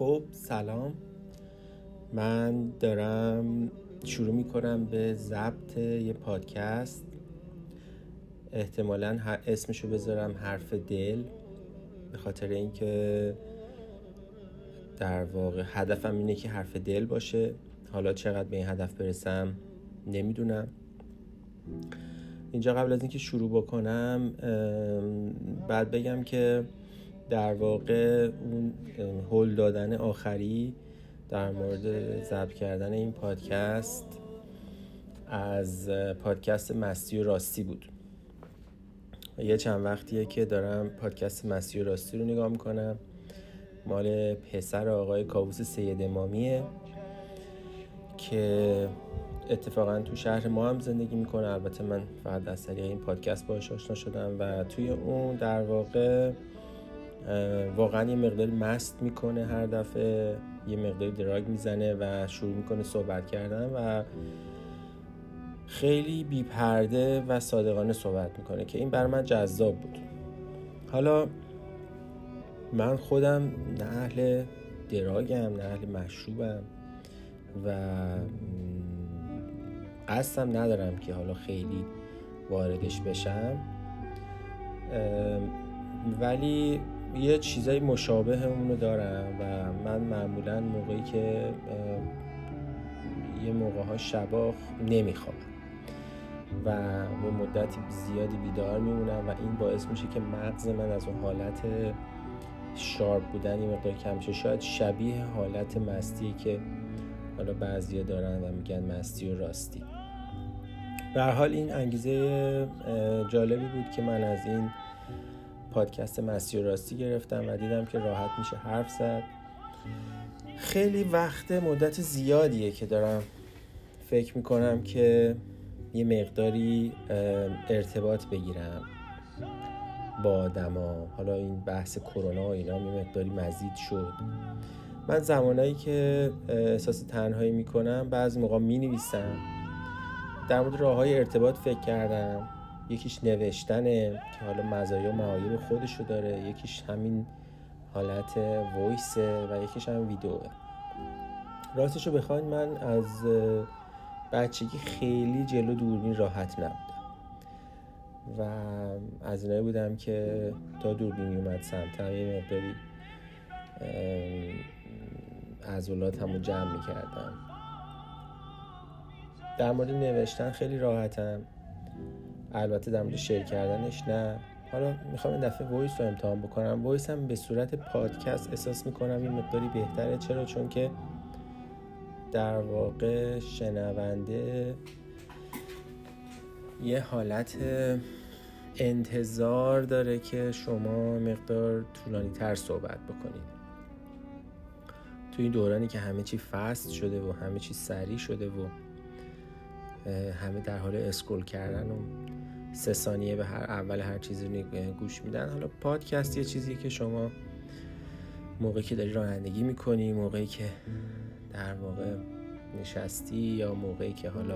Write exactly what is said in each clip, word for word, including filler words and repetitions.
خب سلام، من دارم شروع میکنم به ضبط یه پادکست. احتمالاً اسمشو بذارم حرف دل، به خاطر اینکه در واقع هدفم اینه که حرف دل باشه. حالا چقدر به این هدف برسم نمیدونم. اینجا قبل از اینکه شروع بکنم بعد بگم که در واقع اون هول دادن آخری در مورد ضبط کردن این پادکست از پادکست مستی و راستی بود. یه چند وقتیه که دارم پادکست مستی و راستی رو نگاه میکنم. مال پسر آقای کاووس سید امامیه که اتفاقا تو شهر ما هم زندگی میکنه. البته من فقط از طریق این پادکست باهاش آشنا شدم و توی اون در واقع واقعا یه مقداری مست میکنه، هر دفعه یه مقداری دراگ میزنه و شروع میکنه صحبت کردن و خیلی بی پرده و صادقانه صحبت میکنه که این بر من جذاب بود. حالا من خودم نه اهل دراگم نه اهل مشروبم و قصدم ندارم که حالا خیلی واردش بشم، ولی یه چیزای مشابه اونو دارم و من معمولا موقعی که یه موقع‌ها شبا نمیخوام و به مدتی زیادی بیدار میمونم و این باعث میشه که مغز من از اون حالت شارپ بودن یه مقدار کم شه. شاید شبیه حالت مستی که حالا بعضیا دارن و میگن مستی و راستی. به هر حال این انگیزه جالبی بود که من از این پادکست مستی و راستی گرفتم و دیدم که راحت میشه حرف زد. خیلی وقت مدت زیادیه که دارم فکر میکنم که یه مقداری ارتباط بگیرم با آدما. حالا این بحث کرونا و اینا یه مقداری مزید شد. من زمانایی که احساس تنهایی میکنم بعضی موقع مینویسم، در مورد راههای ارتباط فکر کردم. یکیش نوشتنه که حالا مزایا و معایب خودشو داره، یکیش همین حالت وایسه و یکیش هم ویدیوه. راستشو بخواین من از بچگی خیلی جلو دوربین راحت نبودم و از اینایی بودم که تا دوربین میومد سمتم یه مقداری عضلاتمو جمع میکردم. در مورد نوشتن خیلی راحتم، البته در مورد شیر کردنش نه. حالا میخوام این دفعه وایس رو امتحان بکنم. وایس هم به صورت پادکست احساس میکنم این مقداری بهتره. چرا؟ چون که در واقع شنونده یه حالت انتظار داره که شما مقدار طولانی تر صحبت بکنید. تو این دورانی که همه چی فست شده و همه چی سریع شده و همه در حال اسکرول کردن و سه ثانیه به هر اول هر چیزی گوش میدن، حالا پادکست یه چیزیه که شما موقعی که داری رانندگی میکنی، موقعی که در واقع نشستی، یا موقعی که حالا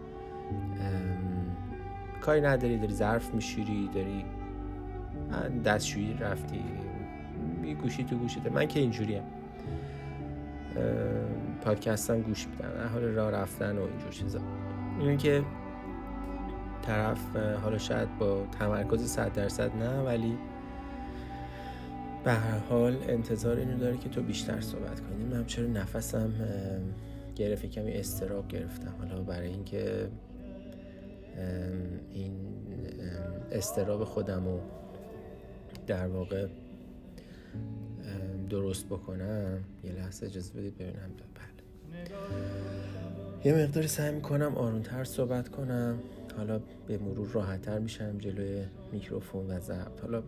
کاری نداری، داری ظرف میشوری، داری دستشویی رفتی، یه گوشی تو گوشیته. من که اینجوریم، پادکستم گوش میدم در حال راه رفتن و اینجور چیزا. این که طرف حالا شاید با تمرکز صد درصد نه، ولی به هر حال انتظار اینو داره که تو بیشتر صحبت کنی. من چرا نفسم گرفت، کمی استراب گرفتم. حالا برای اینکه این استراب خودمو در واقع درست بکنم، یه لحظه اجازه بدید ببینم. بله، یه مقداری سعی میکنم آرومتر صحبت کنم. حالا به مرور راحت‌تر میشم جلوی میکروفون و ضبط. حالا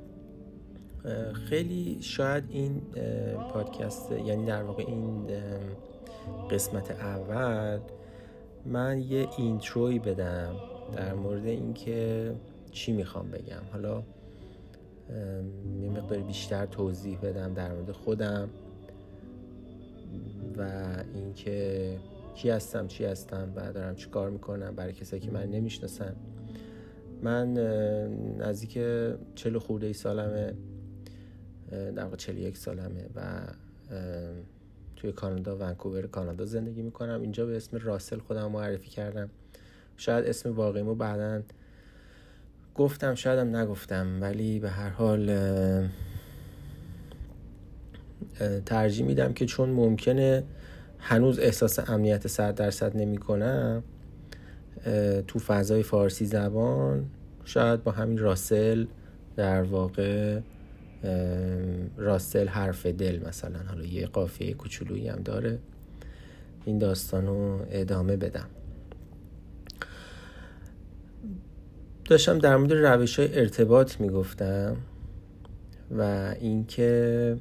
خیلی شاید این پادکست، یعنی در واقع این قسمت اول، من یه اینتروی بدم در مورد اینکه چی میخوام بگم. حالا یه مقداری بیشتر توضیح بدم در مورد خودم و اینکه کی هستم، چی هستم و دارم چی کار میکنم برای کسایی که من نمیشناسن. من نزدیک چهل خورده ای سالمه، در واقع چهل و یک سالمه و توی کانادا، ونکوور کانادا زندگی میکنم. اینجا به اسم راسل خودم معرفی کردم. شاید اسم واقعیمو بعداً گفتم، شایدم نگفتم، ولی به هر حال ترجیح میدم که چون ممکنه هنوز احساس امنیت صد درصد نمی کنم تو فضای فارسی زبان، شاید با همین راسل در واقع راسل حرف دل مثلا، حالا یه قافیه کوچولویی هم داره، این داستانو ادامه بدم. داشتم در مورد روش‌های ارتباط میگفتم و اینکه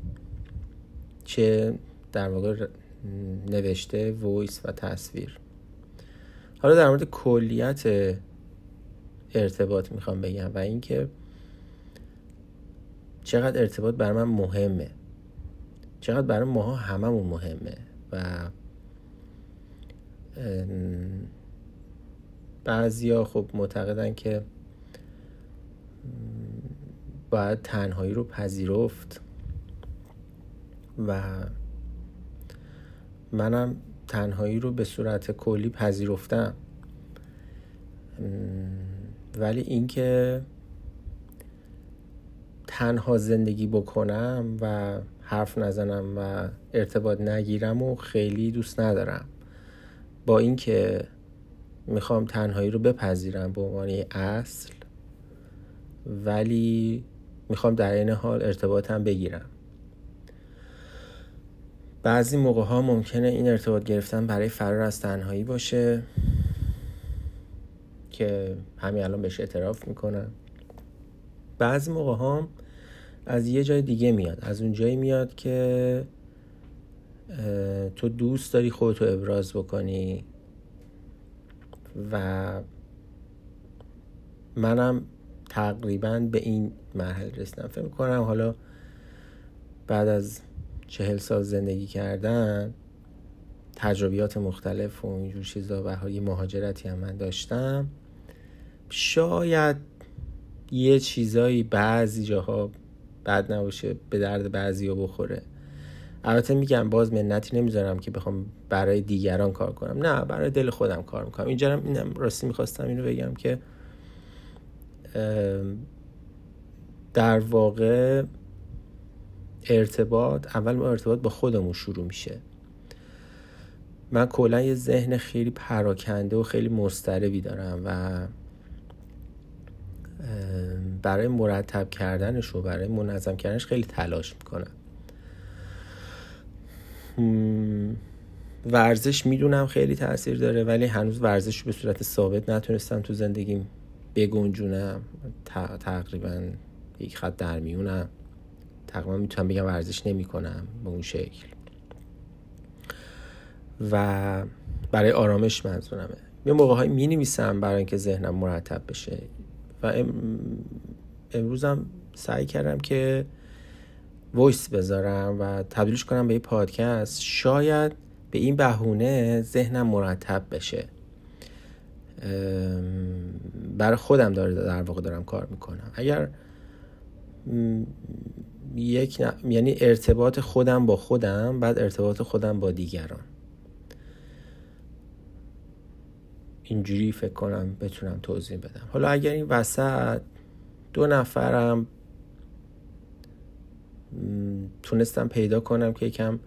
چه در واقع نوشته، وایس و تصویر. حالا در مورد کلیت ارتباط میخوام بگم و اینکه چقدر ارتباط برای من مهمه، چقدر برای ماها هممون مهمه و بعضیا خب معتقدن که باید تنهایی رو پذیرفت و منم تنهایی رو به صورت کلی پذیرفتم، ولی اینکه تنها زندگی بکنم و حرف نزنم و ارتباط نگیرم و خیلی دوست ندارم. با اینکه میخوام تنهایی رو بپذیرم به عنوان اصل، ولی میخوام در این حال ارتباطم بگیرم. بعضی موقع ها ممکنه این ارتباط گرفتن برای فرار از تنهایی باشه که همین الان بهش اعتراف میکنم. بعضی موقع ها از یه جای دیگه میاد، از اون جایی میاد که تو دوست داری خودتو ابراز بکنی و منم تقریبا به این مرحله رسیدم. فکر میکنم حالا بعد از چهل سال زندگی کردن، تجربیات مختلف و اینجور چیزا و حالی مهاجرتی هم من داشتم، شاید یه چیزایی بعضی جاها بد نباشه، به درد بعضی ها بخوره. البته میگم باز منتی نمیذارم که بخوام برای دیگران کار کنم، نه، برای دل خودم کار میکنم. اینجا هم اینم راستی میخواستم اینو بگم که در واقع ارتباط اول ما ارتباط با خودمون شروع میشه. من کلا یه ذهن خیلی پراکنده و خیلی مضطربی دارم و برای مرتب کردنش و برای منظم کردنش خیلی تلاش میکنم. ورزش میدونم خیلی تأثیر داره، ولی هنوز ورزش رو به صورت ثابت نتونستم تو زندگیم بگنجونم. تقریبا یک خط در میونم، تقریبا میتونم بگم ورزش نمی کنم به اون شکل و برای آرامش منظورمه. یه موقع های می نویسم برای اینکه ذهنم مرتب بشه و ام امروزم سعی کردم که وایس بذارم و تبدیلش کنم به یه پادکست. شاید به این بهونه ذهنم مرتب بشه. برای خودم داره در واقع دارم کار میکنم. اگر یک ن... یعنی ارتباط خودم با خودم، بعد ارتباط خودم با دیگران، اینجوری فکر کنم بتونم توضیح بدم. حالا اگر این وسط دو نفرم تونستم پیدا کنم که یکم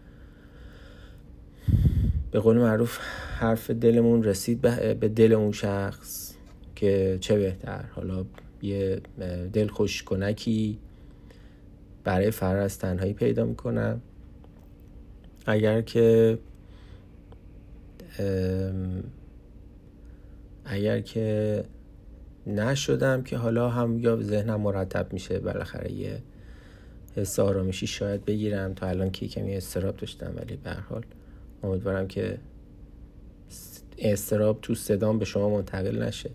به قول معروف حرف دلمون رسید به دل اون شخص، که چه بهتر، حالا یه دل خوش کنکی برای فرار از تنهایی پیدا میکنم. اگر که اگر که نشدم که حالا هم یا ذهنم مرتب میشه، بالاخره یه حس آرامشی شاید بگیرم. تا الان که کمی استراب داشتم، ولی به هر حال امیدوارم که استراب تو صدام به شما منتقل نشه.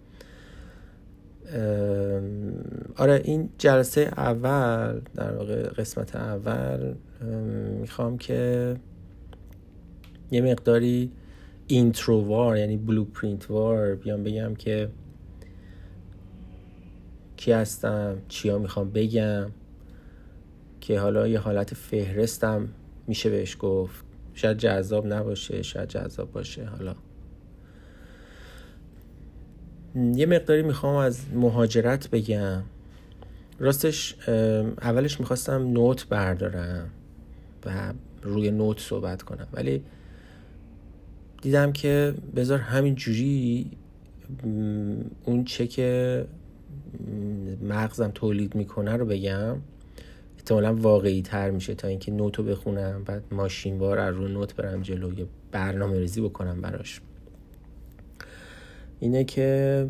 آره، این جلسه اول، در واقع قسمت اول، میخوام که یه مقداری اینترووار، یعنی بلوپرینت وار بیام بگم که کی هستم، چیا میخوام بگم، که حالا یه حالت فهرستم میشه بهش گفت. شاید جذاب نباشه، شاید جذاب باشه. حالا یه مقداری میخوام از مهاجرت بگم. راستش اولش میخواستم نوت بردارم و روی نوت صحبت کنم، ولی دیدم که بذار همین جوری اون چه که مغزم تولید میکنه رو بگم، احتمالاً واقعی تر میشه تا اینکه نوتو بخونم بعد ماشینوار از رو نوت برم جلو یه برنامه ریزی بکنم براش. اینه که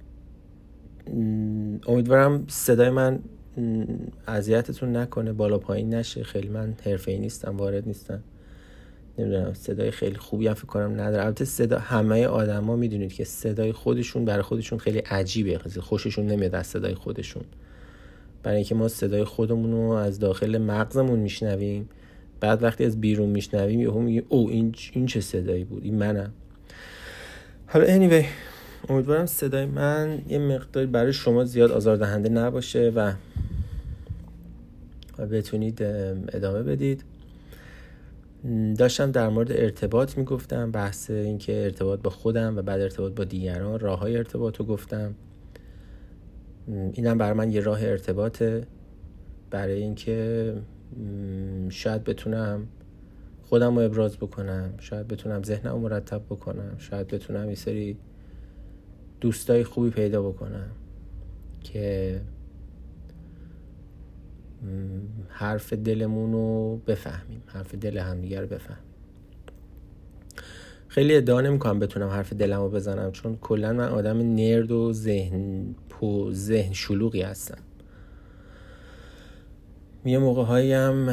امیدوارم صدای من اذیتتون نکنه، بالا پایین نشه. خیلی من حرفه‌ای نیستم، وارد نیستم، نمیدونم صدای خیلی خوبی هم فکر کنم نداره. البته صدا همه آدما میدونید که صدای خودشون برای خودشون خیلی عجیبه، خیلی خوششون نمیاد از صدای خودشون، برای اینکه ما صدای خودمون رو از داخل مغزمون میشنویم، بعد وقتی از بیرون میشنویم یهو میگیم او این این چه صدایی بود، این منم. حالا anyway امیدوارم صدای من یه مقداری برای شما زیاد آزاردهنده نباشه و بتونید ادامه بدید. داشتم در مورد ارتباط میگفتم، بحث این که ارتباط با خودم و بعد ارتباط با دیگران، راههای ارتباط رو گفتم. اینم برای من یه راه ارتباطه، برای اینکه شاید بتونم خودم رو ابراز بکنم، شاید بتونم ذهنم رو مرتب بکنم، شاید بتونم یه سری دوستای خوبی پیدا بکنم که حرف دلمون رو بفهمیم، حرف دل همدیگه رو بفهمیم. خیلی ادعا نمی‌کنم بتونم حرف دلم رو بزنم، چون کلا من آدم نرد و ذهن پو ذهن شلوغی هستم. یه موقع‌هایی هم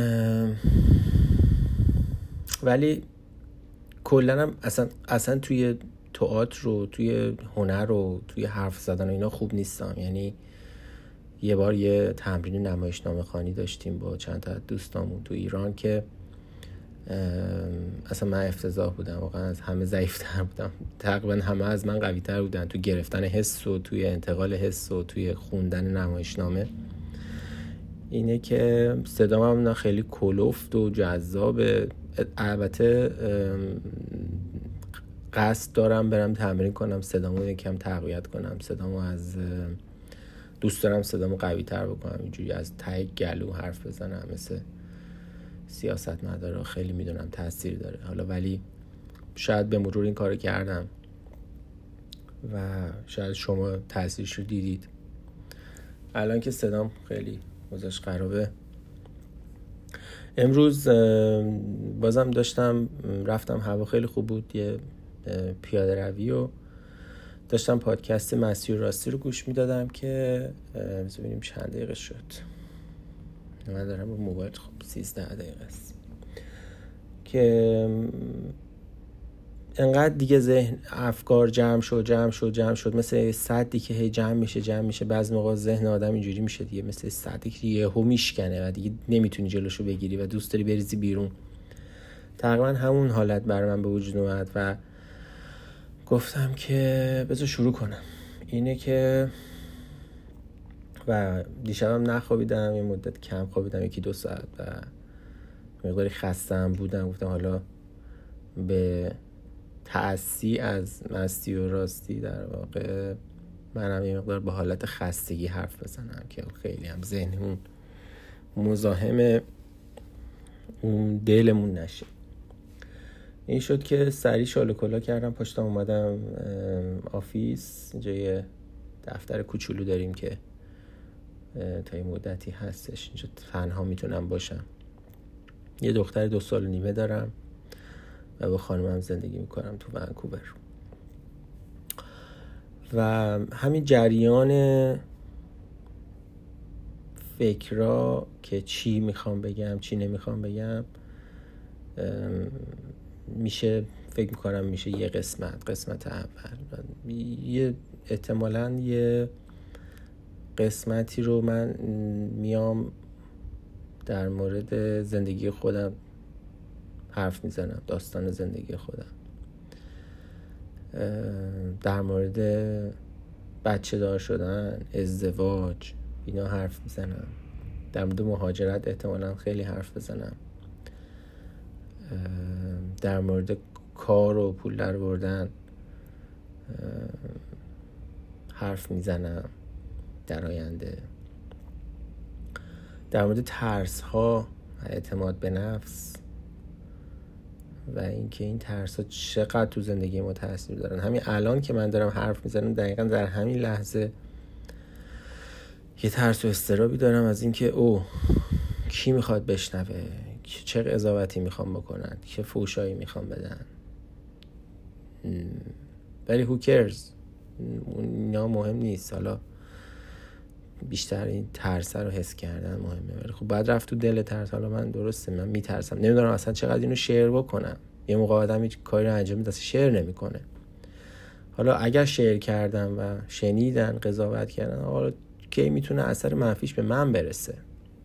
ولی کلا هم اصلا اصلا توی تئاتر رو، توی هنر رو، توی حرف زدن و اینا خوب نیستم. یعنی یه بار یه تمرین نمایشنامه خوانی داشتیم با چند تا دوستامون تو ایران که اصلا من افتضاح بودم، واقعا از همه ضعیف‌تر بودم، تقریبا همه از من قوی‌تر بودن تو گرفتن حس و توی انتقال حس و توی خوندن نمایشنامه. اینه که صدام هم نه خیلی کلفت و جذابه. البته قصد دارم برم تمرین کنم صدامو یکم تقویت کنم، صدامو از دوست دارم صدامو قوی تر بکنم، اینجوری از ته گلو حرف بزنم مثل سیاست مدارا. خیلی میدونم تاثیر داره حالا، ولی شاید به مرور این کارو کردم و شاید شما تاثیرش رو دیدید. الان که صدام خیلی وضعش خرابه. امروز بازم داشتم رفتم، هوا خیلی خوب بود، یه پیاده روی و داشتم پادکست مسیر راستی رو گوش میدادم که ببینیم چند دقیقه شد. من دارم با موبایل، خب سیزده دقیقه است که انقدر دیگه ذهن افکار جمع شد جمع شد جمع شد مثل سدی که هی جمع میشه جمع میشه. بعضی موقع ذهن آدم اینجوری میشه دیگه، مثل سدی که یهو میشکنه و دیگه نمیتونی جلوشو بگیری و دوست داری بریزی بیرون. تقریبا همون حالت برای من به وجود اومد و گفتم که بذار شروع کنم. اینه که و دیشبم نخوابیدم، یه مدت کم خوابیدم، یکی دو ساعت و مقداری خستم بودم. گفتم حالا به تأسی از مستی و راستی در واقع منم یه مقدار به حالت خستگی حرف بزنم که خیلی هم ذهنمون مزاحم اون دلمون نشه. این شد که سری شال کلا کردم، پاشتم اومدم آفیس. اینجا یه دفتر کوچولو داریم که تا یه مدتی هستش، اینجا تنها میتونم باشم. یه دختر دو سال و نیمه دارم و با خانمم زندگی میکنم تو ونکوور. و همین جریان فکرها که چی میخوام بگم چی نمیخوام بگم میشه، فکر میکنم میشه یه قسمت قسمت اول. یه احتمالاً یه قسمتی رو من میام در مورد زندگی خودم حرف میزنم، داستان زندگی خودم، در مورد بچه دار شدن، ازدواج، اینا حرف میزنم. در مورد مهاجرت احتمالاً خیلی حرف بزنم، در مورد کار و پول در بردن حرف میزنم در آینده، در مورد ترس ها و اعتماد به نفس و اینکه این ترس ها چقدر تو زندگی ما تاثیر دارن. همین الان که من دارم حرف میزنم دقیقاً در همین لحظه یه ترس و اضطرابی دارم از اینکه او کی میخواد بشنوه، چه قضاوتی میخوام بکنن، چه فوشایی میخوام بدن. ولی who cares، اینا مهم نیست. حالا بیشتر این ترس رو حس کردن مهمه. ولی خب بعد رفت تو دل ترس. حالا من درسته من میترسم، نمیدونم اصلا چقدر اینو شیر بکنم. یه موقع آدم هیچ کاری رو انجام میده شیر نمیکنه. حالا اگر شیر کردم و شنیدن قضاوت کردن، حالا کی میتونه اثر منفیش به من برسه؟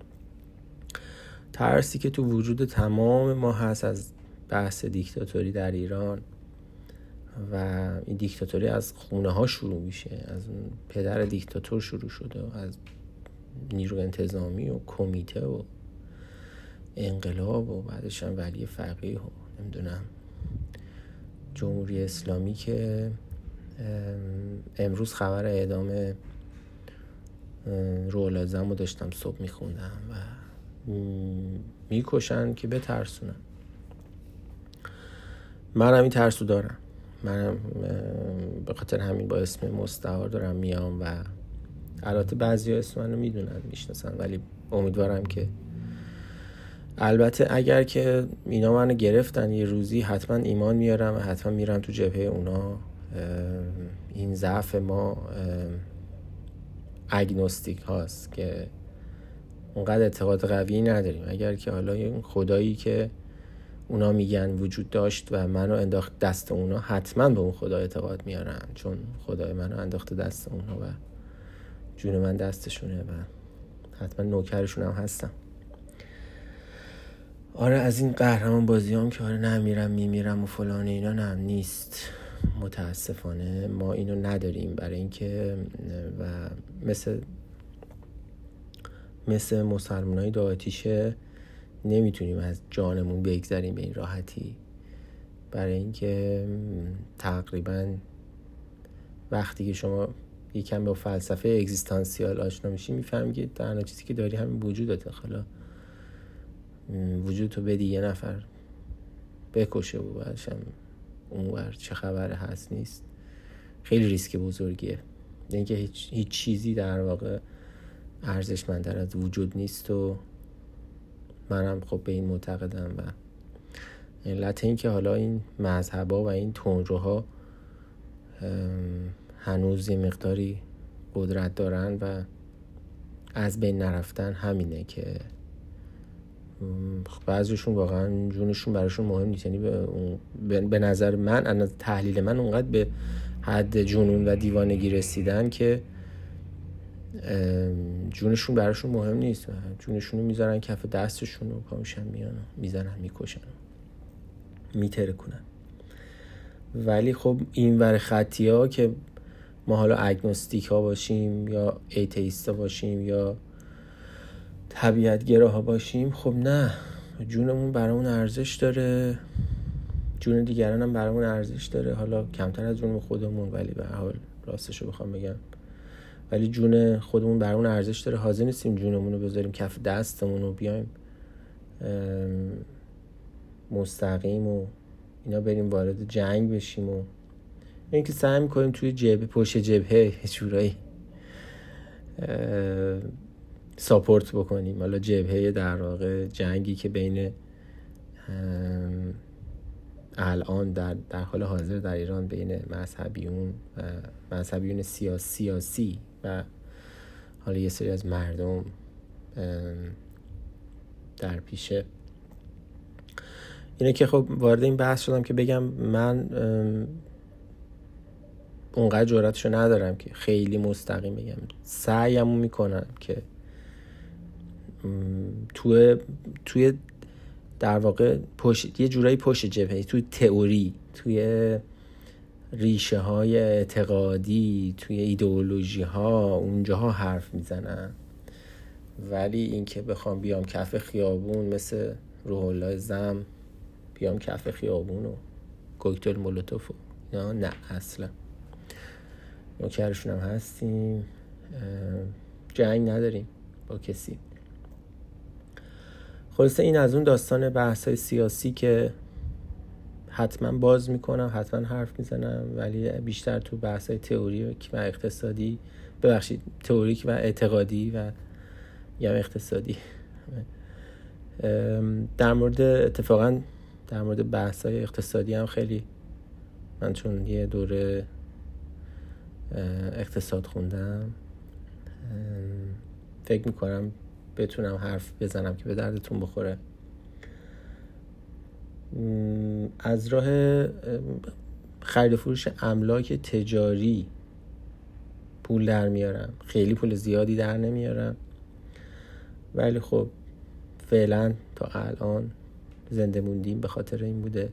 ترسی که تو وجود تمام ما هست از بحث دیکتاتوری در ایران و این دیکتاتوری از خونه ها شروع میشه، از اون پدر دیکتاتور شروع شده و از نیروی انتظامی و کمیته و انقلاب و بعدش هم ولی فقیه و نمیدونم جمهوری اسلامی که امروز خبر اعدام روح العظم رو داشتم صبح میخوندم و میکشن که بترسونن. منم این ترسو دارم، منم به خاطر همین با اسم مستعار دارم میام و البته بعضی ها اسم منو میدونن میشناسن، ولی امیدوارم که البته اگر که اینا منو گرفتن یه روزی حتما ایمان میارم و حتما میرم تو جبهه اونا. این ضعف ما اگنوستیک هاست که اونقدر اعتقاد قوی نداریم. اگر که حالا این خدایی که اونا میگن وجود داشت و منو انداخت دست اونا، حتما به اون خدا اعتقاد میارم، چون خدای منو انداخته دست اونا و جون من دستشونه و حتما نوکرشون هم هستم. آره از این قهرمان بازی هم که آره نمیرم میمیرم و فلان اینا، نه نیست. متاسفانه ما اینو نداریم، برای اینکه و مثل مثل مسلمانای دو آتیشه نمیتونیم از جانمون بگذریم به این راحتی، برای اینکه تقریبا وقتی که شما یکم با فلسفه اگزیستانسیال آشنا میشی میفهمی که تنها چیزی که داری همین وجودته. حالا وجودتو بدی یه نفر بکشه و بعدش هم اونور چه خبره هست نیست، خیلی ریسک بزرگیه. اینکه هیچ هیچ چیزی در واقع ارزشمندتر از وجود نیست و منم خب به این معتقدم و علت این که حالا این مذهبا و این تندروها هنوز یه مقداری قدرت دارن و از بین نرفتن همینه که بعضیشون واقعا جونشون براشون مهم نیست. یعنی به, به نظر من، از تحلیل من، اونقدر به حد جنون و دیوانگی رسیدن که جونشون براشون مهم نیست و جونشون رو میذارن کف دستشون و پامیشن میان و میزنن میکشن میترکونن. ولی خب این ور خطی ها که ما حالا اگنوستیک ها باشیم یا ایتئیست ها باشیم یا طبیعت گراها باشیم، خب نه، جونمون برامون ارزش داره، جون دیگران هم برامون ارزش داره، حالا کمتر از جون خودمون، ولی به هر حال راستشو بخوام بگم ولی جون خودمون برامون ارزش داره. حاضر نیستیم جونمون رو بذاریم کف دستمون و بیایم مستقیم و اینا بریم وارد جنگ بشیم و این که سعی میکنیم توی جبهه، پشت جبهه جورایی ساپورت بکنیم. حالا جبهه در واقع جنگی که بین الان در در حال حاضر در ایران بین مذهبیون و مذهبیون سیاسی سیاسی و حالا یه سری از مردم در پیشه. اینه که خب وارد این بحث شدم که بگم من اونقدر جرأتشو ندارم که خیلی مستقیم بگم، سعیمو میکنم که توی توی در واقع پشت یه جورایی پشت جبهه، توی تئوری، توی ریشه های اعتقادی، توی ایدئولوژی ها، اونجاها حرف میزنم ولی اینکه بخوام بیام کف خیابون مثل روح الله زم بیام کف خیابون و کوکتل مولوتوف نه نه اصلا. نوکرشون هم هستیم، جنگ نداریم با کسی. خلاصه این از اون داستان بحث‌های سیاسی که حتما باز میکنم، حتما حرف میزنم، ولی بیشتر تو بحث‌های تئوریک و اقتصادی، ببخشید تئوریک و اعتقادی و یا اقتصادی. در مورد اتفاقا در مورد بحث‌های اقتصادی هم خیلی، من چون یه دوره اقتصاد خوندم فکر میکنم بتونم حرف بزنم که به دردتون بخوره. از راه خرید فروش املاک تجاری پول در میارم، خیلی پول زیادی در نمیارم، ولی خب فعلا تا الان زنده موندیم به خاطر این بوده.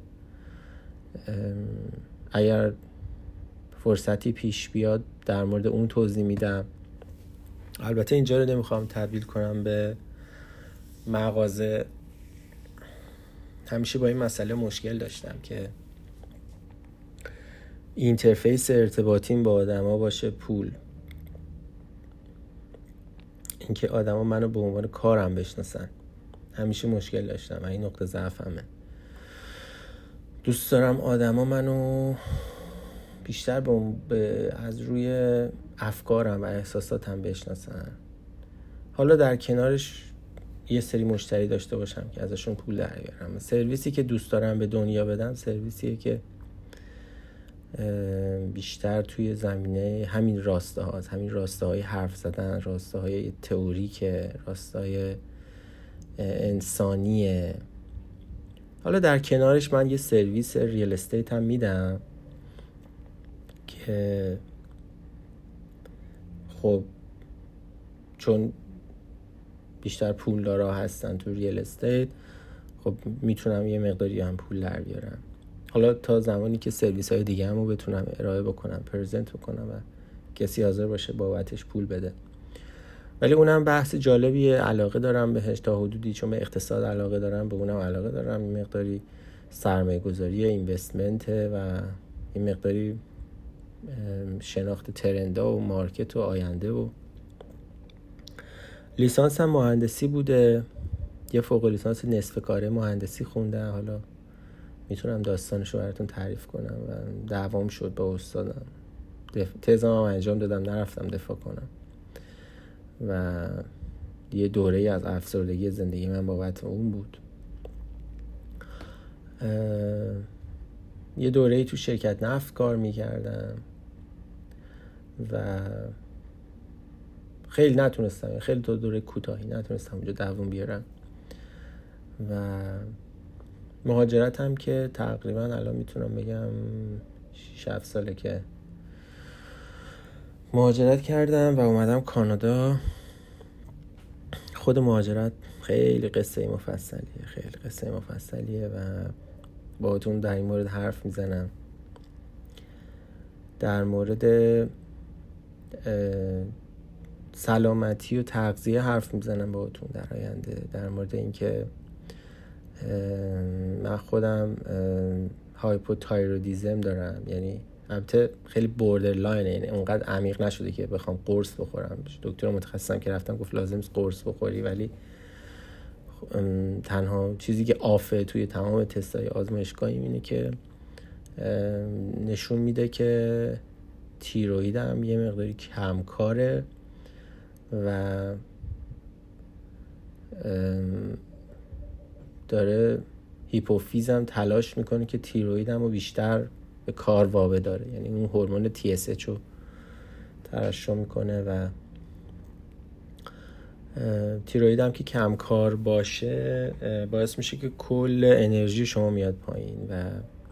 اگر فرصتی پیش بیاد در مورد اون توضیح میدم. البته اینجا رو نمیخوام تبدیل کنم به مغازه. همیشه با این مسئله مشکل داشتم که اینترفیس ارتباطیم با آدما باشه پول، اینکه آدما منو به عنوان کارم بشناسن. همیشه مشکل داشتم و این نقطه ضعفمه. دوست دارم آدما منو بیشتر به از روی افکارم و احساساتم بشناسن. حالا در کنارش یه سری مشتری داشته باشم که ازشون پول در بیارم. سرویسی که دوست دارم به دنیا بدم سرویسیه که بیشتر توی زمینه همین راسته هاست، همین راسته های حرف زدن، راسته های تئوریک، راسته های انسانیه. حالا در کنارش من یه سرویس ریل استیت هم میدم که خب چون بیشتر پولدارا هستن تو ریل استیت، خب میتونم یه مقداری هم پول در بیارم. حالا تا زمانی که سرویس های دیگه همو بتونم ارائه بکنم، پرزنت بکنم و کسی حاضر باشه بابتش پول بده. ولی اونم بحث جالبیه، علاقه دارم بهش تا حدودی، چون به اقتصاد علاقه دارم، به اونم علاقه دارم. این مقداری سرمایه گذاری، اینوستمنت و این مقداری شناخت ترندا و مارکت و آینده. و لیسانس هم مهندسی بوده، یه فوق لیسانس نصف کاره مهندسی خوندم. حالا میتونم داستانشو براتون تعریف کنم و دعوام شد با استادم، دف... تزم هم انجام دادم، نرفتم دفاع کنم و یه دوره از افسردگی زندگی من بابت اون بود. اه... یه دوره تو شرکت نفت کار میکردم و خیلی نتونستم، خیلی تو دوره کوتاهی نتونستم اونجا دوام بیارم و مهاجرت هم که تقریبا الان میتونم بگم شش هفت ساله که مهاجرت کردم و اومدم کانادا. خود مهاجرت خیلی قصه مفصلیه، خیلی قصه مفصلیه و باهاتون در این مورد حرف میزنم. در مورد سلامتی و تغذیه حرف میزنم باهاتون در آینده، در مورد اینکه من خودم هایپوتایرودیزم دارم، یعنی البته خیلی بوردرلاینه، یعنی اونقدر عمیق نشده که بخوام قرص بخورم. دکتر متخصصم که رفتم گفت لازم نیست قرص بخوری، ولی تنها چیزی که آفه توی تمام تستای آزمایشگاهی اینه که نشون میده که تیرویدم یه مقداری کمکاره و داره هیپوفیزم تلاش میکنه که تیرویدم رو بیشتر به کار وابه داره، یعنی اون هورمون تی اس اچ رو ترشح میکنه و تیرویدم که کم کار باشه باعث میشه که کل انرژی شما میاد پایین و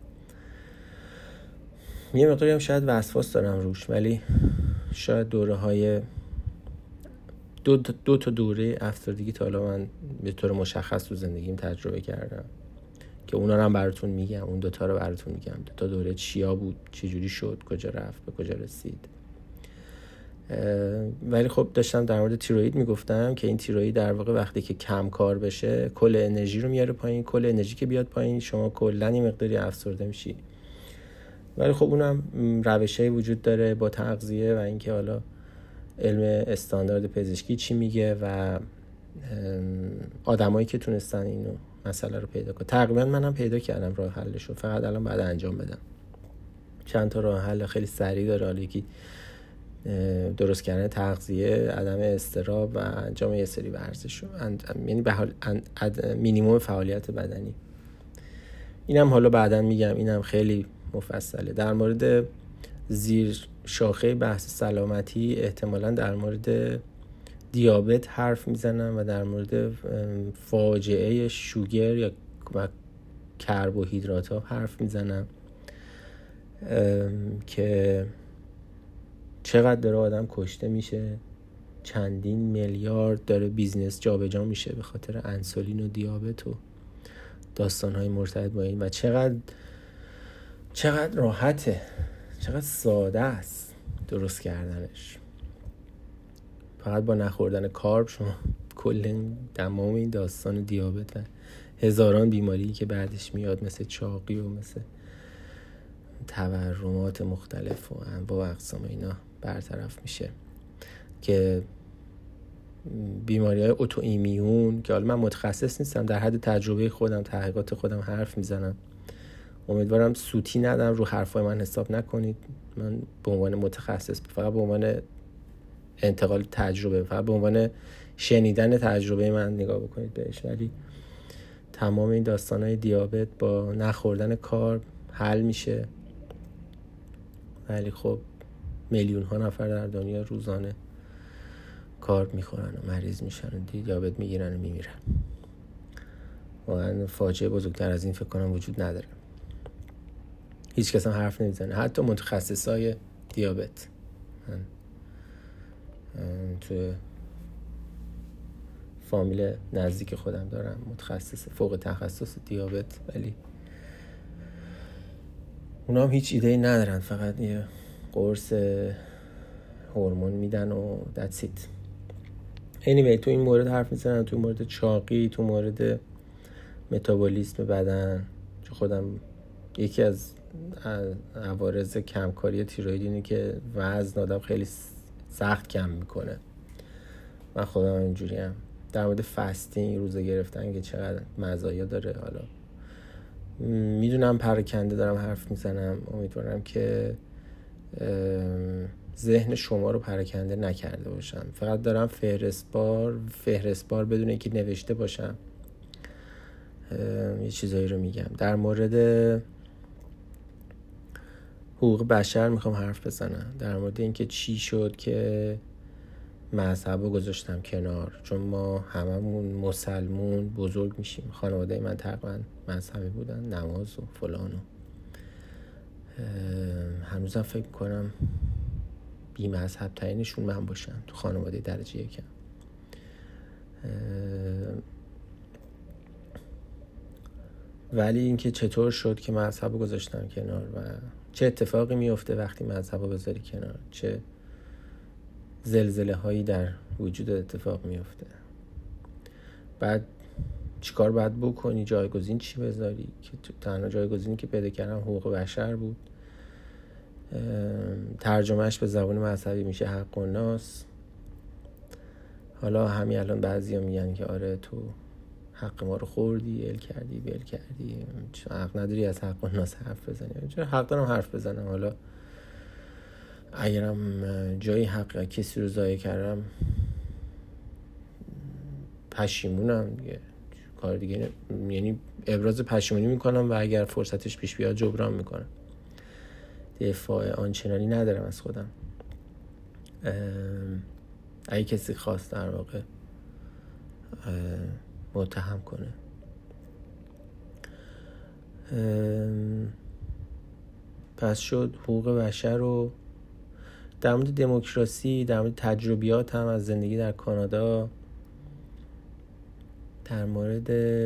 یه مقداری هم شاید وسواس دارم روش، ولی شاید دوره های دو, دو تا دوره افسردگی تا حالا من به طور مشخص تو زندگیم تجربه کردم که اونا رو هم براتون میگم، اون دوتا رو براتون میگم. دو تا دوره چیا بود، چه جوری شد، کجا رفت، به کجا رسید. ولی خب داشتم در مورد تیروئید میگفتم که این تیروئید در واقع وقتی که کم کار بشه کل انرژی رو میاره پایین، کل انرژی که بیاد پایین شما کلا یه مقداری افسرده میشی. ولی خب اونم روشایی وجود داره با تغذیه و اینکه حالا علم استاندارد پزشکی چی میگه و آدمایی که تونستن اینو مسئله رو پیدا کنن. تقریبا منم پیدا کردم راه حلش رو، فقط الان بعد انجام بدم. چند تا راه حل خیلی سریع داره، حالا یکی درست کردن تغذیه، عدم اضطراب و انجام یه سری ورزش، یعنی به حال مینیمم فعالیت بدنی. اینم حالا بعداً میگم، اینم خیلی مفصله. در مورد زیر شاخه بحث سلامتی احتمالاً در مورد دیابت حرف میزنم و در مورد فاجعه شوگر یا و کربوهیدرات ها حرف میزنم که چقدر داره آدم کشته میشه، چندین میلیارد داره بیزنس جابجا میشه به خاطر انسولین و دیابت و داستانهای مرتبط با این، و چقدر چقدر راحته، چقدر ساده است درست کردنش. فقط با نخوردن کارب شما کل تمام این داستان دیابت و هزاران بیماری که بعدش میاد مثل چاقی و مثل تورمات مختلف و انواع و اقسام اینا برطرف میشه. که بیماری‌های اتو ایمیون که حالا من متخصص نیستم، در حد تجربه خودم تحقیقات خودم حرف میزنم، امیدوارم سوتی ندم رو حرفای من حساب نکنید. من به عنوان متخصص فقط به عنوان انتقال تجربه، فقط به عنوان شنیدن تجربه من نگاه بکنید بهش. ولی تمام این داستانهای دیابت با نخوردن کارب حل میشه. ولی خب میلیون ها نفر در دنیا روزانه کارب میخورن و مریض میشن و دیابت میگیرن و میمیرن. واقعا فاجعه بزرگتر از این فکر کنم وجود نداره. هیچ کس هم حرف نمیزنه، حتی متخصصای دیابت. من تو فامیل نزدیک خودم دارم متخصص فوق تخصص دیابت، ولی اونا هم هیچ ایده‌ای ندارن، فقط یه قرص هورمون میدن و that's it. anyway تو این مورد حرف میزنم، تو مورد چاقی، تو مورد متابولیسم بدن. چون خودم یکی از عوارض کمکاری تیروئید اینه که وزن آدم خیلی سخت کم میکنه. من خودم اینجوری هم. در مورد فستینگ، روزه گرفتن که چقدر مزایا داره، حالا میدونم پراکنده دارم حرف میزنم، امیدوارم که ذهن شما رو پراکنده نکرده باشم. فقط دارم فهرست بار فهرست بار بدون اینکه نوشته باشم یه چیزایی رو میگم. در مورد حقوق بشر میخوام حرف بزنم، در مورد اینکه چی شد که مذهب رو گذاشتم کنار. چون ما هممون مسلمون بزرگ میشیم، خانواده من تقریبا مذهبی بودن، نماز و فلان و هنوزم فکر کنم بی مذهب ترینشون من باشم تو خانواده درجه یکم. ولی اینکه چطور شد که مذهب رو گذاشتم کنار و چه اتفاقی میفته وقتی مذهب رو بذاری کنار، چه زلزله هایی در وجود اتفاق میفته. بعد چیکار باید بکنی، جایگزین چی بذاری؟ که تنها جایگزینی که پیدا کردم حقوق بشر بود. ترجمهش به زبان مذهبی میشه حق الناس. حالا همین الان بعضیا میگن که آره تو حق ما رو خوردی، ال کردی، بیل کردی، چون حق نداری از حق الناس حرف بزنی. چرا حق دارم حرف بزنم. حالا اگرم جایی حق کسی رو ضایع کردم پشیمونم دیگه، کار دیگه ن... یعنی ابراز پشیمونی میکنم و اگر فرصتش پیش بیاد جبران میکنم. دفاع آنچنانی ندارم از خودم. اگه کسی خواست در واقع متهم کنه. پس شد حقوق بشر رو در مورد دموکراسی، در مورد تجربیات هم از زندگی در کانادا، در مورد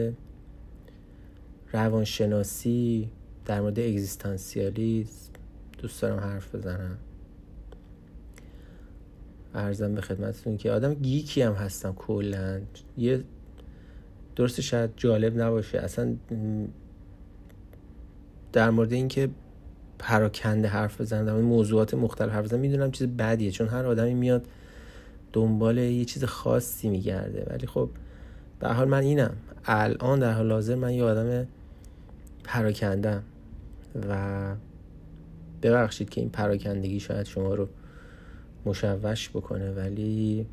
روانشناسی، در مورد اگزیستانسیالیسم دوست دارم حرف بزنم. عرضم به خدمتتون که آدم گیکی هم هستم کلاً. یه درسته شاید جالب نباشه اصلا در مورد این که پراکنده حرف بزنم، در مورد موضوعات مختلف حرف بزنم، میدونم چیز بدیه، چون هر آدمی میاد دنبال یه چیز خاصی میگرده. ولی خب به هر حال من اینم، الان در حال حاضر من یه آدم پراکندم و ببخشید که این پراکندگی شاید شما رو مشوش بکنه، ولی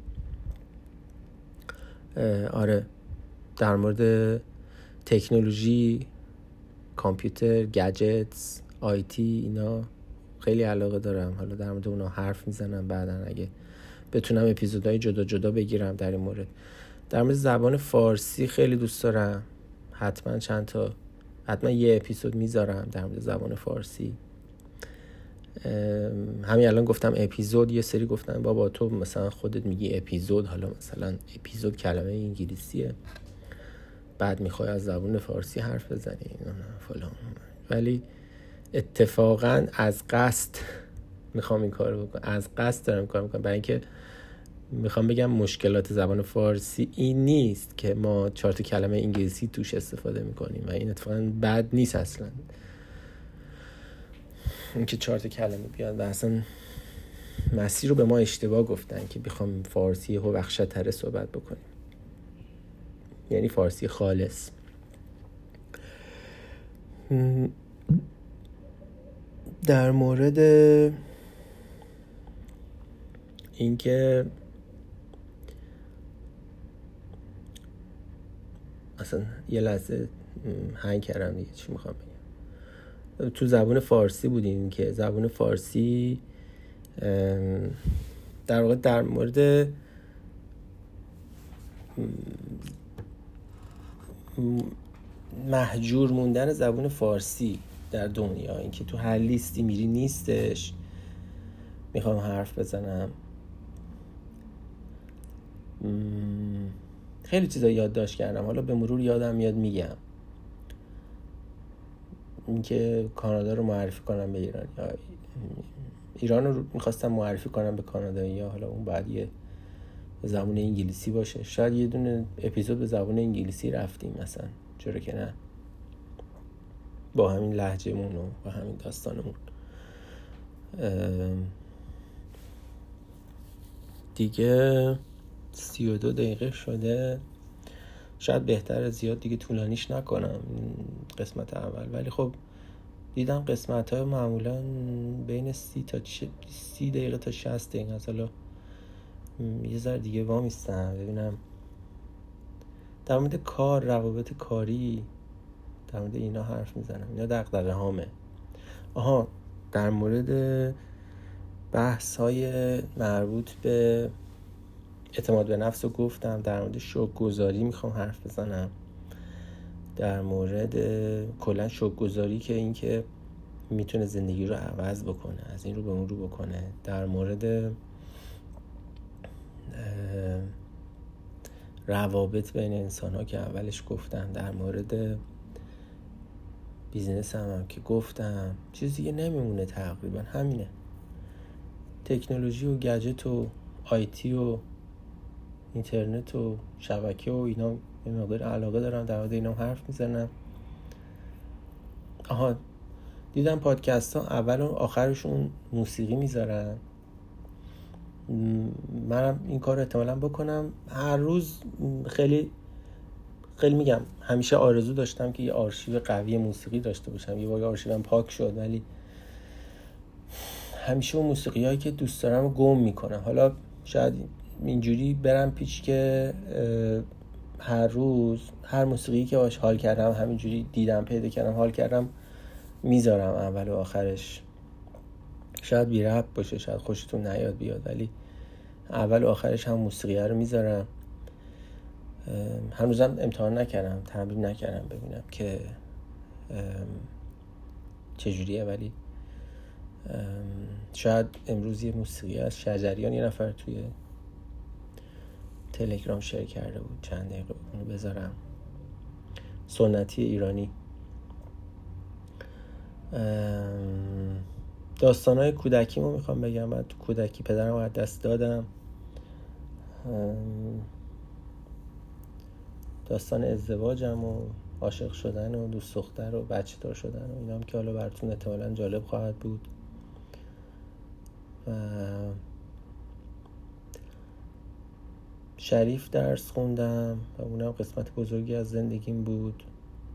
آره در مورد تکنولوژی، کامپیوتر، گجتس، آیتی، اینا خیلی علاقه دارم. حالا در مورد اونا حرف میزنم بعداً اگه بتونم اپیزودهای جدا جدا بگیرم در این مورد. در مورد زبان فارسی خیلی دوست دارم، حتما چند تا حتما یه اپیزود میذارم در مورد زبان فارسی. همین الان گفتم اپیزود، یه سری گفتن بابا تو مثلا خودت میگی اپیزود، حالا مثلا اپیزود کلمه انگلیسیه بعد میخوای از زبان فارسی حرف بزنی فلان. ولی اتفاقا از قصد میخوام این کارو بکنم، از قصد دارم کار میکنم، برای اینکه میخوام بگم مشکلات زبان فارسی این نیست که ما چهار تا کلمه انگلیسی توش استفاده میکنیم و این اتفاقا بد نیست اصلا این که چهار تا کلمه بیاد، و اصلا مسیر رو به ما اشتباه گفتن که بخوام فارسی هو بخشتره صحبت بکنیم، یعنی فارسی خالص. در مورد اینکه اصلا یه لحظه هنگ کردم دیگه، چی میخوام بگم، تو زبان فارسی بودیم که زبان فارسی در واقع در مورد محجور موندن زبان فارسی در دنیا، اینکه تو هر لیستی میری نیستش، میخوام حرف بزنم. خیلی چیزا یادداشت کردم، حالا به مرور یادم میاد میگم. اینکه کانادا رو معرفی کنم به ایران، یا ایران رو میخواستم معرفی کنم به کانادا، یا حالا اون بعد یه زبان انگلیسی باشه، شاید یه دونه اپیزود به زبان انگلیسی رفتیم مثلا، چرا که نه، با همین لهجه‌مون و با همین داستانمون. دیگه سی و دو دقیقه شده، شاید بهتره زیاد دیگه طولانیش نکنم قسمت اول، ولی خب دیدم قسمت های معمولا بین سی تا سی دقیقه تا شصت دقیقه هست. حالا یه ذره دیگه وامیستم ببینم در مورد کار، روابط کاری، در مورد اینا حرف میزنم، اینا دغدغه هامه. آها در مورد بحث های مربوط به اعتماد به نفس رو گفتم، در مورد شوک‌گذاری میخوام حرف بزنم، در مورد کلا شوک‌گذاری که این که میتونه زندگی رو عوض بکنه، از این رو به اون رو بکنه، در مورد روابط بین انسان ها که اولش گفتم، در مورد بیزنس هم, هم که گفتم، چیز دیگه نمیمونه تقریبا همینه. تکنولوژی و گجت و آیتی و اینترنت و شبکه و اینا یه مقدار علاقه دارم، در مورد اینا حرف میزنم. آها دیدم پادکست ها اول و آخرشون موسیقی میذارن، منم این کار رو احتمالاً بکنم هر روز. خیلی خیلی میگم همیشه آرزو داشتم که یه آرشیو قوی موسیقی داشته باشم، یه بار آرشیوم پاک شد، ولی همیشه اون موسیقی هایی که دوست دارم رو گم میکنم. حالا شاید اینجوری برم پیش که هر روز هر موسیقی که باش حال کردم، همینجوری دیدم پیدا کردم حال کردم میذارم اول و آخرش. شاید بی ربط باشه، شاید خوشتون نیاد بیاد، ولی اول و آخرش هم موسیقی رو میذارم. هنوزم امتحان نکردم، تمرین نکردم ببینم که چجوریه، ولی شاید امروز یه موسیقی از شجریان یه نفر توی تلگرام شیر کرده بود، چند دقیقه اونو بذارم، سنتی ایرانی. داستانهای کودکیمو میخوام بگم. من تو کودکی پدرم از دست دادم، داستان ازدواجم و عاشق شدن و دوست دختر و بچه دار شدن و اینا هم که حالا براتون احتمالاً جالب خواهد بود. و شریف درس خوندم و اونم قسمت بزرگی از زندگیم بود.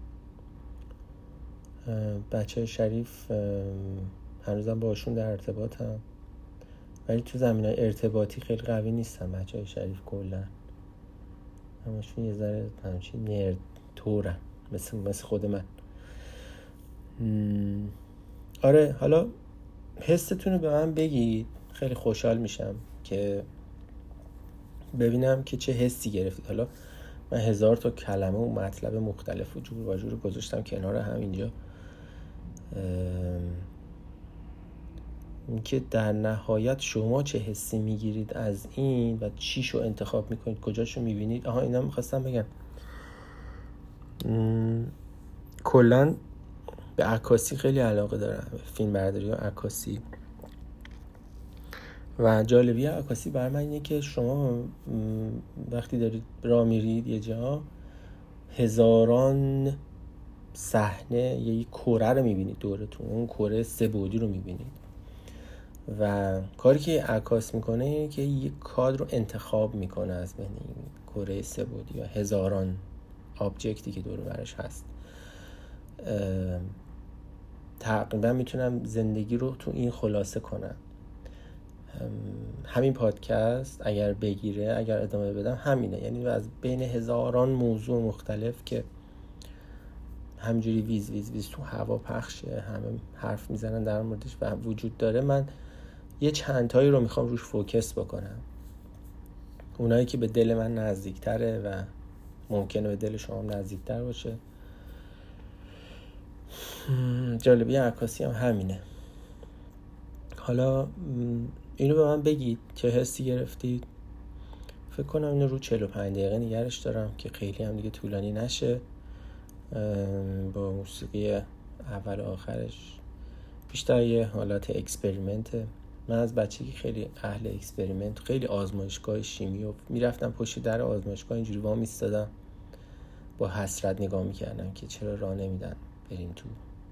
بچه شریف هنوزم باشون در ارتباطم، ولی تو زمینای ارتباطی خیلی قوی نیستم. بچه های شریف کلا همشون یه ذره همچین نرد تورن، مثل مثل خود من. آره، حالا حستون رو به من بگید، خیلی خوشحال میشم که ببینم که چه حسی گرفتید. حالا من هزار تا کلمه و مطلب مختلف و جور و جور گذاشتم کنار هم اینجا، اینکه در نهایت شما چه حسی میگیرید از این و چیشو انتخاب میکنید، کجاشو میبینید. آها اینا میخواستم بگم. کلن به عکاسی خیلی علاقه دارم، فیلم برداری و عکاسی. و جالبی عکاسی برای من اینه که شما وقتی دارید راه میرید یه جا، هزاران صحنه یه کره رو میبینید دورتون، اون کره سه بعدی رو میبینید و کاری که عکاس میکنه اینه که یک کادر رو انتخاب میکنه از بین این کره سه بعدی و هزاران آبجکتی که دور و برش هست. تقریبا میتونم زندگی رو تو این خلاصه کنم. همین پادکست اگر بگیره، اگر ادامه بدم، همینه. یعنی از بین هزاران موضوع مختلف که همجوری ویز ویز ویز تو هوا پخشه، همه حرف میزنن در موردش و وجود داره، من یه چند تایی رو میخوام روش فوکس بکنم، اونایی که به دل من نزدیکتره و ممکنه به دل شما هم نزدیکتر باشه. جالبی عکاسی هم همینه. حالا اینو به من بگید چه حسی گرفتید. فکر کنم اینو رو چهل و پنج دقیقه نگرش دارم که خیلی هم دیگه طولانی نشه، با موسیقی اول و آخرش. بیشتر یه حالت اکسپریمنته. من از بچگی خیلی اهل اکسپریمنت، خیلی آزمایشگاه شیمی و میرفتم پشت در آزمایشگاه اینجوری وام میستادم، با حسرت نگاه میکردم که چرا راه نمیدن بریم تو.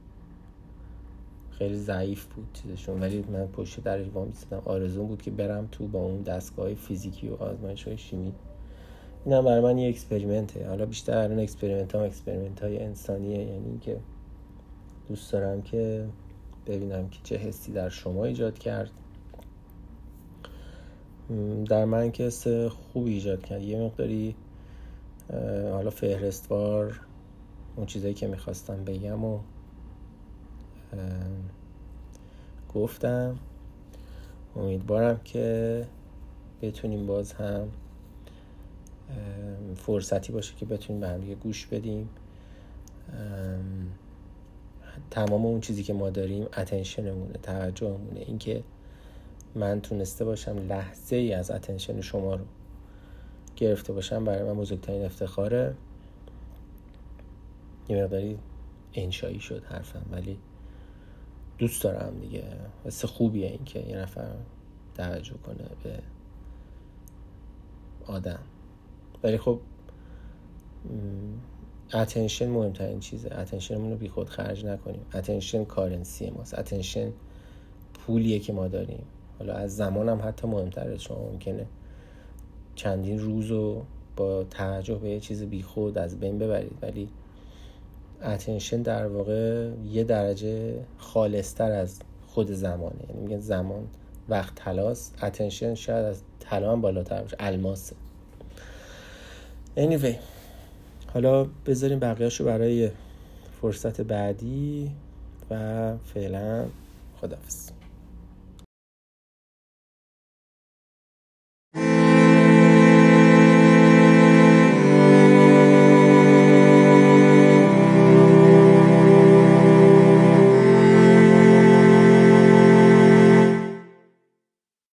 خیلی ضعیف بود چیزشون، ولی من پشت درش وام میستادم. آرزوم بود که برم تو با اون دستگاه فیزیکی و آزمایشگاه شیمی. اینم برای من یه اکسپریمنته. حالا بیشتر الان اکسپریمنت هم اکسپریمنت های انسانیه، یعنی که دوست دارم که ببینم که چه حسی در شما ایجاد کرد. در من که حس خوبی ایجاد کرد. یه مقداری حالا فهرستوار اون چیزایی که میخواستم بگم و گفتم. امیدوارم که بتونیم باز هم فرصتی باشه که بتونیم به هم دیگه گوش بدیم. تمام اون چیزی که ما داریم اتنشنمونه، توجهمونه. این که من تونسته باشم لحظه ای از اتنشن شما رو گرفته باشم برای من بزرگترین افتخاره. یه مقداری انشایی شد حرفم، ولی دوست دارم دیگه. حس خوبیه این که یه نفر توجه کنه به آدم. ولی خب اتنشن مهمترین چیزه. اتنشنمون رو بی خود خرج نکنیم. اتنشن کارنسی ماست. اتنشن پولیه که ما داریم. حالا از زمان هم حتی مهمتره. شما ممکنه چندین روزو با توجه به یه چیز بی خود از بین ببرید، ولی اتنشن در واقع یه درجه خالصتر از خود زمانه. یعنی میگن زمان وقت طلاست، اتنشن شاید از طلا هم بالاتر باشه، الماسه. anyway حالا بذاریم بقیه‌شو برای فرصت بعدی و فعلا خداحافظ.